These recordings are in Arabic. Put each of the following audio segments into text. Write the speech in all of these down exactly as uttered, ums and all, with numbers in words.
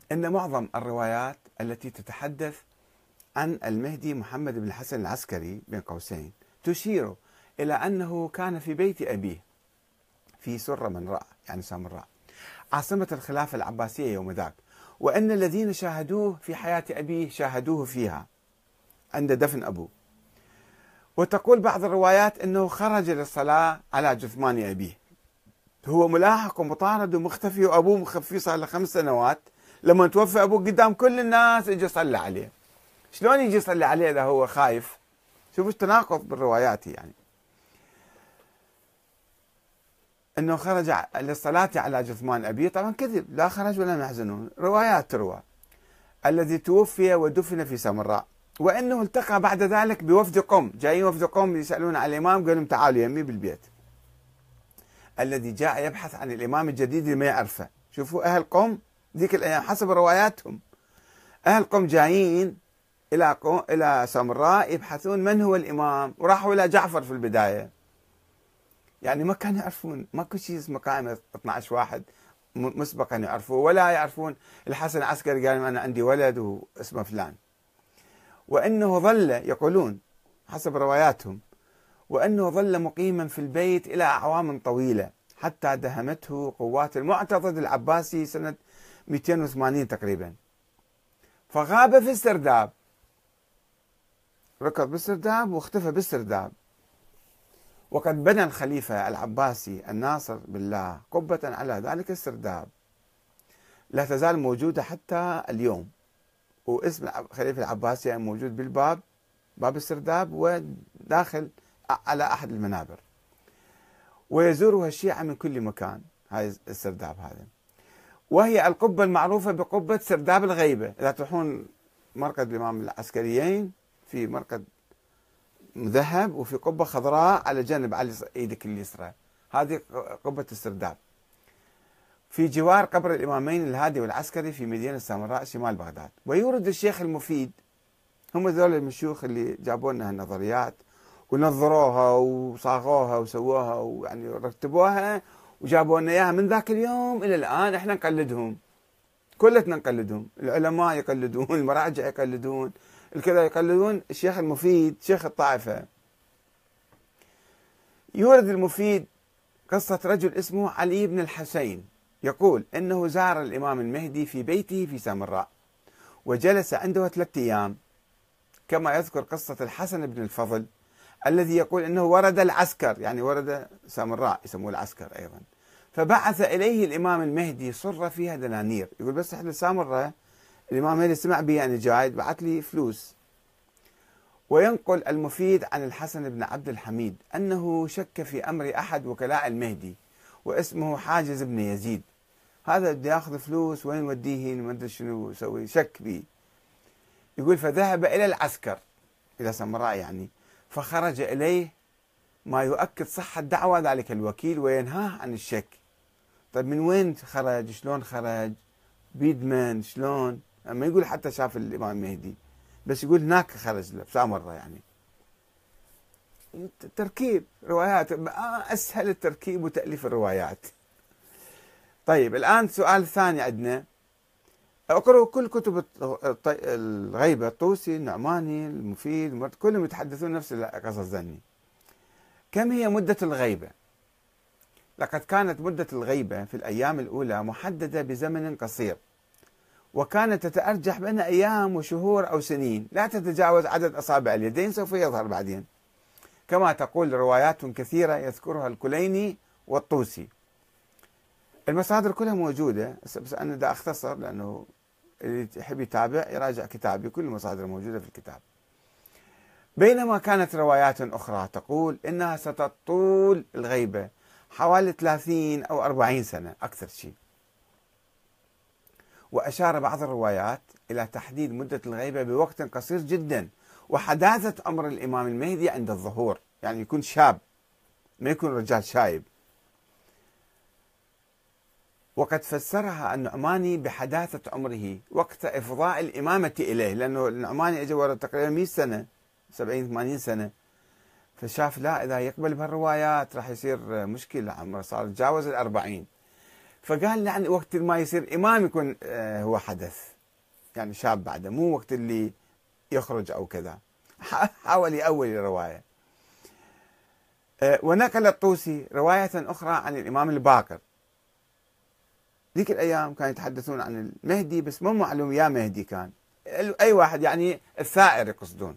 أن معظم الروايات التي تتحدث عن المهدي محمد بن الحسن العسكري بين قوسين تشير إلى أنه كان في بيت أبيه في سرة منراء يعني سامراء عاصمة الخلافة العباسية يوم ذاك، وأن الذين شاهدوه في حياة أبيه شاهدوه فيها عند دفن أبوه. وتقول بعض الروايات أنه خرج للصلاة على جثمان أبيه، هو ملاحق ومطارد ومختفي، وأبوه مخفي صار له خمس سنوات. لما توفى أبوه قدام كل الناس يجي يصلي عليه. شلون يجي يصلي عليه إذا هو خايف؟ شوفوا التناقض بالروايات. يعني أنه خرج للصلاة على جثمان أبيه، طبعا كذب، لا خرج ولا يحزنون، روايات تروى. الذي توفي ودفن في سامراء، وأنه التقى بعد ذلك بوفد قوم، جايين وفد قوم يسألون على الإمام، قال لهم تعالوا يمي بالبيت. الذي جاء يبحث عن الإمام الجديد اللي ما يعرفه. شوفوا أهل قوم ذيك الأيام حسب رواياتهم، أهل قوم جايين إلى قوم إلى سامراء يبحثون من هو الإمام، وراحوا إلى جعفر في البداية. يعني ما كانوا يعرفون، ماكو شيء اسمه قائمة اثني عشر واحد مسبقا يعرفوه، ولا يعرفون الحسن العسكري قال أنا عندي ولد واسمه فلان. وأنه ظل، يقولون حسب رواياتهم، وأنه ظل مقيما في البيت إلى أعوام طويلة حتى دهمته قوات المعتضد العباسي سنة مئتين وثمانين تقريبا، فغاب في السرداب، ركض بالسرداب واختفى بالسرداب. وقد بنى الخليفة العباسي الناصر بالله قبة على ذلك السرداب لا تزال موجودة حتى اليوم، واسم الخليفة العباسي موجود بالباب، باب السرداب، وداخل على أحد المنابر، ويزورها الشيعة من كل مكان هاي السرداب هذا. وهي القبة المعروفة بقبة سرداب الغيبة. إذا تروحون مرقد الإمام العسكريين في مرقد مذهب وفي قبة خضراء على جنب على ايدك اليسرى، هذه قبة السرداب في جوار قبر الإمامين الهادي والعسكري في مدينة سامراء شمال بغداد. ويورد الشيخ المفيد، هم ذول المشيوخ اللي جابوا لنا هالنظريات ونظروها وصاغوها وسووها ويعني رتبوها وجابوا لنا اياها من ذاك اليوم الى الان، احنا نقلدهم، كلتنا نقلدهم، العلماء يقلدون، المراجع يقلدون، الكذا يقلدون. الشيخ المفيد شيخ الطائفة يورد المفيد قصة رجل اسمه علي بن الحسين، يقول انه زار الامام المهدي في بيته في سامراء وجلس عنده ثلاثة ايام، كما يذكر قصة الحسن بن الفضل الذي يقول انه ورد العسكر، يعني ورد سامراء يسموه العسكر ايضا، فبعث اليه الامام المهدي صرة فيها دنانير. يقول بس احنا سامراء الامام المهدي سمع بي انا جاي بعث لي فلوس. وينقل المفيد عن الحسن بن عبد الحميد انه شك في امر احد وكلاء المهدي واسمه حاجز بن يزيد، هذا بده ياخذ فلوس وين يوديه ما ادري شنو يسوي، شك به. يقول فذهب الى العسكر الى سامراء يعني، فخرج اليه ما يؤكد صحة دعوى ذلك الوكيل وينهاه عن الشك. طيب من وين خرج؟ شلون خرج؟ بيد من؟ شلون؟ ما يقول حتى شاف الامام المهدي، بس يقول هناك خرج له سامراء. يعني تركيب روايات، اسهل التركيب وتأليف الروايات. طيب الان السؤال الثاني عندنا، اقرأوا كل كتب الغيبة، الطوسي، النعماني، المفيد، كلهم يتحدثون نفس القصص ذني. كم هي مدة الغيبة؟ لقد كانت مدة الغيبة في الأيام الأولى محددة بزمن قصير، وكانت تتأرجح بين أيام وشهور أو سنين لا تتجاوز عدد أصابع اليدين، سوف يظهر بعدين، كما تقول روايات كثيرة يذكرها الكليني والطوسي. المصادر كلها موجودة، بس أنا دا أختصر لأنه اللي يحب يتابع يراجع كتابي، كل المصادر موجودة في الكتاب. بينما كانت روايات أخرى تقول إنها ستطول الغيبة حوالي ثلاثين أو أربعين سنة أكثر شيء. وأشار بعض الروايات إلى تحديد مدة الغيبة بوقت قصير جدا، وحداثة أمر الإمام المهدي عند الظهور، يعني يكون شاب ما يكون رجال شايب. وقد فسرها النعماني بحداثة عمره وقت إفضاء الإمامة إليه، لأنه النعماني أجى ورا تقريبا مئة سنة، سبعين ثمانين سنة، فشاف لا إذا يقبل بهالروايات راح يصير مشكلة، عمره صار تجاوز الأربعين، فقال يعني وقت ما يصير إمام يكون هو حدث، يعني شاب بعده، مو وقت اللي يخرج أو كذا. حاول يأول الرواية. ونقل الطوسي رواية أخرى عن الإمام الباقر. ذيك الأيام كانوا يتحدثون عن المهدي بس مو معلوم يا مهدي كان، أي واحد يعني الثائر يقصدون،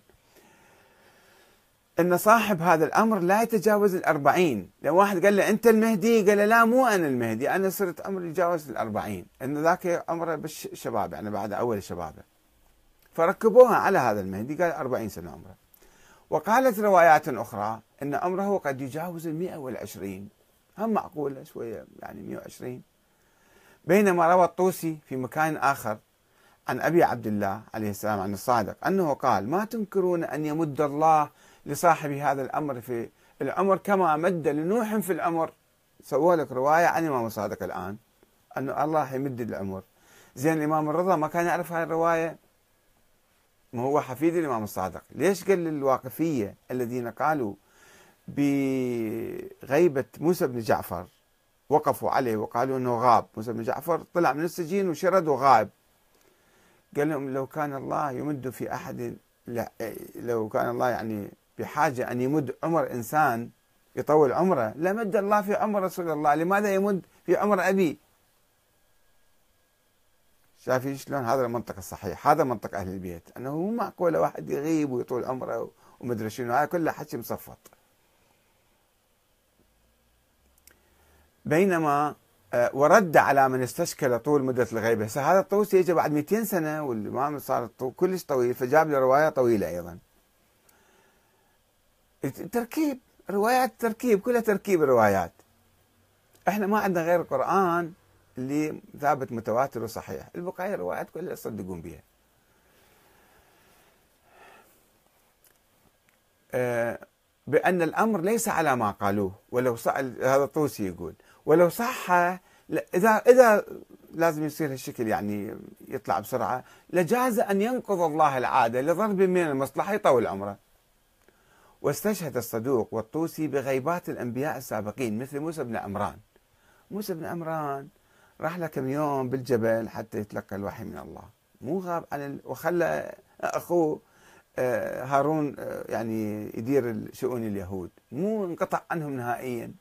أن صاحب هذا الأمر لا يتجاوز الأربعين. لو واحد قال له أنت المهدي، قال له لا مو أنا المهدي، أنا صرت عمري يتجاوز الأربعين، أن ذاك عمره بالشباب يعني بعد أول الشبابة. فركبوها على هذا المهدي، قال أربعين سنة عمره. وقالت روايات أخرى أن عمره قد يجاوز المئة والعشرين، هم معقولة شوية يعني مئة وعشرين. بينما روى الطوسي في مكان آخر عن أبي عبد الله عليه السلام عن الصادق أنه قال: ما تنكرون أن يمد الله لصاحب هذا الأمر في العمر كما مد لنوح في العمر. سووا لك رواية عن الإمام الصادق الآن أنه الله يمد العمر. زين الإمام الرضا ما كان يعرف هاي الرواية، ما هو حفيد الإمام الصادق. ليش قال للواقفية الذين قالوا بغيبة موسى بن جعفر، وقفوا عليه وقالوا أنه غاب، موسى بن جعفر طلع من السجين وشرد وغاب، قال لهم لو كان الله يمد في أحد، لو كان الله يعني بحاجة أن يمد عمر إنسان يطول عمره لمد الله في عمر رسول الله، لماذا يمد في عمر أبي؟ شايفين شلون؟ هذا المنطق الصحيح، هذا منطق أهل البيت، أنه مو معقول واحد يغيب ويطول عمره ومدري شنو، هذا كله حكي مصفط. بينما ورد على من استشكل طول مدة الغيبة. هذا الطوسي يجي بعد مئتين سنة والإمام صار كلش طويل، فجاب له رواية طويلة أيضا. تركيب روايات، تركيب كلها تركيب روايات. احنا ما عندنا غير القرآن اللي ثابت متواتر وصحيح، البقايا الروايات كلها يصدقون بها. أه بأن الأمر ليس على ما قالوه، ولو صح، هذا الطوسي يقول ولو صح، إذا إذا لازم يصير هالشكل يعني يطلع بسرعة، لجاز أن ينقض الله العادة لضرب من المصلحة يطول عمره. واستشهد الصدوق والطوسي بغيبات الأنبياء السابقين مثل موسى بن عمران. موسى بن عمران راح له كم يوم بالجبل حتى يتلقى الوحي من الله، مو غاب عن ال... وخلى أخوه هارون يعني يدير شؤون اليهود، مو انقطع عنهم نهائيا.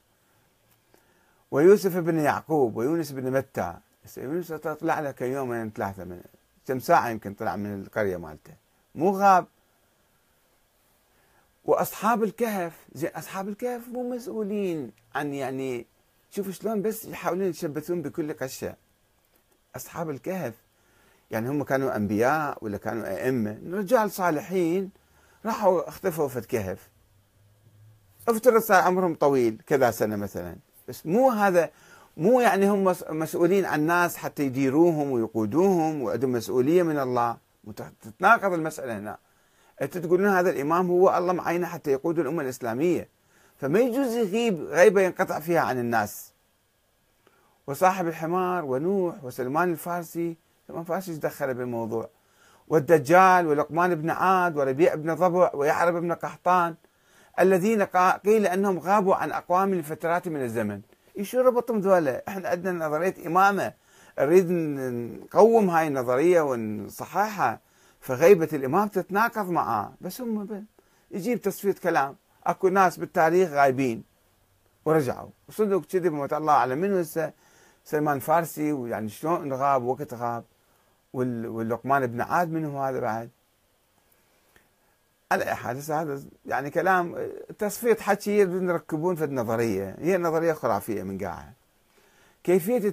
ويوسف بن يعقوب ويونس بن متى، يونس طلع له كم يوم ثلاثة من كم ساعة يمكن طلع من القرية مالته، مو غاب. وأصحاب الكهف، زين أصحاب الكهف مو مسؤولين عن يعني، شوفوا شلون بس يحاولون يتشبثون بكل قشة. أصحاب الكهف يعني هم كانوا أنبياء ولا كانوا أئمة؟ رجال صالحين راحوا اختفوا في الكهف، افترض صار عمرهم طويل كذا سنة مثلا، بس مو هذا، مو يعني هم مسؤولين عن الناس حتى يديروهم ويقودوهم وعندهم مسؤولية من الله. تتناقض المسألة هنا. أنت تقولون هذا الإمام هو الله معينه حتى يقود الأمة الإسلامية، فما يجوز يغيب غيبة ينقطع فيها عن الناس. وصاحب الحمار ونوح وسلمان الفارسي، سلمان الفارسي ايش دخله بالموضوع؟ والدجال ولقمان بن عاد وربيع بن ضبع ويعرب بن قحطان الذين قيل أنهم غابوا عن أقوام لفترات من الزمن. شو ربطهم ذولا؟ احنا عندنا نظرية إمامة نريد نقوم هاي النظرية ونصححها، فغيبة الإمام تتناقض معاه. بس هم يجيب تصفية كلام، اكو ناس بالتاريخ غايبين ورجعوا وصدق كذب ما الله على منه هسه سلمان فارسي، ويعني شلون غاب وقت غاب، واللقمان بن عاد منه هذا بعد. على اي حال هذا يعني كلام تصفية حكي يريدون يركبون في النظرية، هي نظرية خرافية من قاعها. كيفية